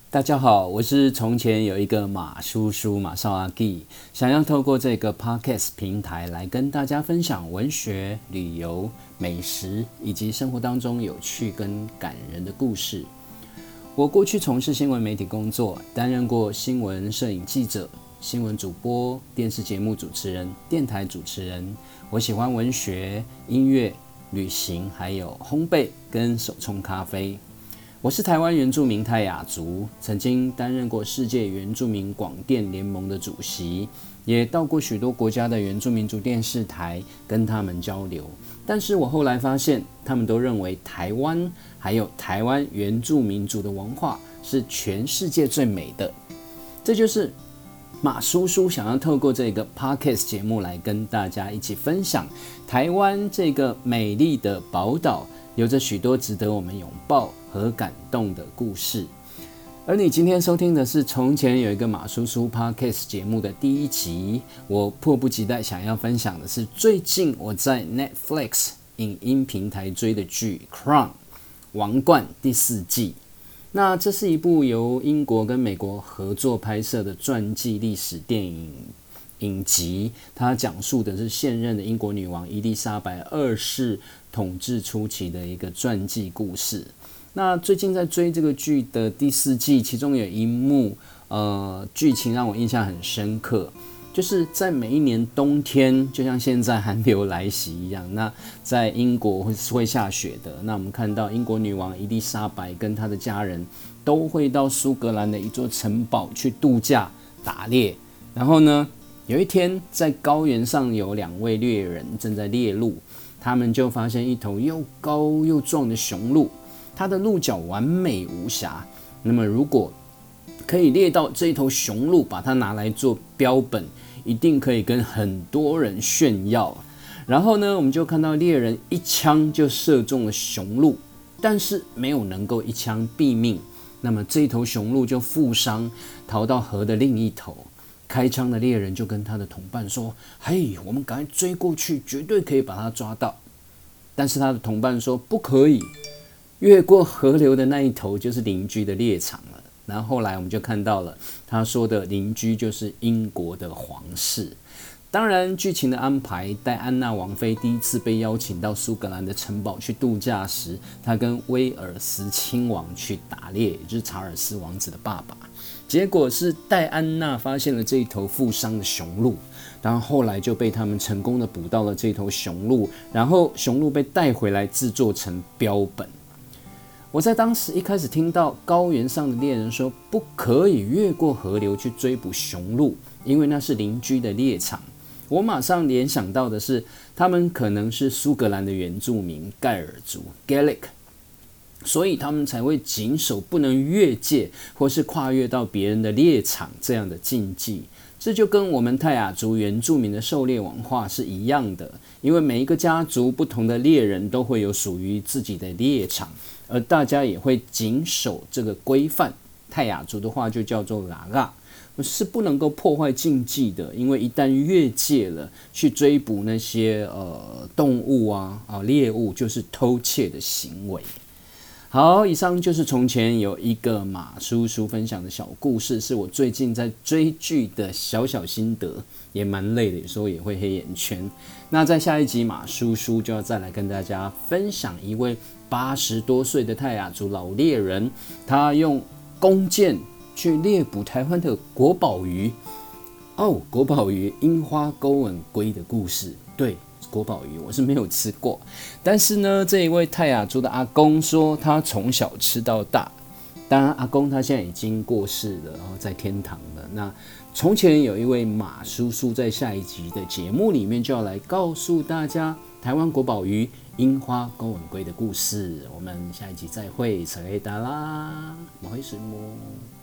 大家好，我是从前有一个马叔叔马少阿弟，想要透过这个 podcast 平台来跟大家分享文学、旅游、美食以及生活当中有趣跟感人的故事。我过去从事新闻媒体工作，担任过新闻摄影记者、新闻主播、电视节目主持人、电台主持人。我喜欢文学、音乐、旅行，还有烘焙跟手冲咖啡。我是台湾原住民泰雅族，曾经担任过世界原住民广电联盟的主席，也到过许多国家的原住民族电视台跟他们交流。但是我后来发现，他们都认为台湾还有台湾原住民族的文化是全世界最美的。这就是马叔叔想要透过这个 podcast 节目来跟大家一起分享台湾这个美丽的宝岛，有着许多值得我们拥抱和感动的故事。而你今天收听的是从前有一个马叔叔 podcast 节目的第一集。我迫不及待想要分享的是最近我在 Netflix 影音平台追的剧 Crown 王冠第4季。那这是一部由英国跟美国合作拍摄的传记历史电影集，它讲述的是现任的英国女王伊丽莎白2世统治初期的一个传记故事。那最近在追这个剧的第4季，其中有一幕剧情让我印象很深刻，就是在每一年冬天，就像现在寒流来袭一样，那在英国会下雪的。那我们看到英国女王伊丽莎白跟她的家人都会到苏格兰的一座城堡去度假打猎。然后呢，有一天在高原上有2位猎人正在猎鹿，他们就发现一头又高又壮的雄鹿，它的鹿角完美无瑕。那么如果可以猎到这一头雄鹿，把它拿来做标本，一定可以跟很多人炫耀。然后呢，我们就看到猎人一枪就射中了雄鹿，但是没有能够一枪毙命。那么这一头雄鹿就负伤，逃到河的另一头。开枪的猎人就跟他的同伴说：“嘿，我们赶快追过去，绝对可以把他抓到。”但是他的同伴说：“不可以，越过河流的那一头就是邻居的猎场了。”然后后来我们就看到了，他说的邻居就是英国的皇室。当然，剧情的安排，戴安娜王妃第一次被邀请到苏格兰的城堡去度假时，她跟威尔斯亲王去打猎，也就是查尔斯王子的爸爸。结果是戴安娜发现了这一头负伤的雄鹿，然后后来就被他们成功的捕到了这头雄鹿，然后雄鹿被带回来制作成标本。我在当时一开始听到高原上的猎人说不可以越过河流去追捕雄鹿，因为那是邻居的猎场，我马上联想到的是他们可能是苏格兰的原住民盖尔族 Gaelic， 所以他们才会谨守不能越界或是跨越到别人的猎场这样的禁忌。这就跟我们泰雅族原住民的狩猎文化是一样的，因为每一个家族不同的猎人都会有属于自己的猎场，而大家也会谨守这个规范。泰雅族的话就叫做拉拉，是不能够破坏禁忌的，因为一旦越界了，去追捕那些动物啊猎物，就是偷窃的行为。好，以上就是从前有一个马叔叔分享的小故事，是我最近在追剧的小心得，也蛮累的，有时候也会黑眼圈。那在下一集，马叔叔就要再来跟大家分享一位80多岁的泰雅族老猎人，他用弓箭去猎捕台湾的国宝鱼国宝鱼樱花钩吻龟的故事。对，国宝鱼我是没有吃过，但是呢，这一位泰雅族的阿公说他从小吃到大。当然阿公他现在已经过世了，然后在天堂了。那从前有一位马叔叔，在下一集的节目里面就要来告诉大家台湾国宝鱼樱花钩吻龟的故事。我们下一集再会，扯黑达啦，不会什么。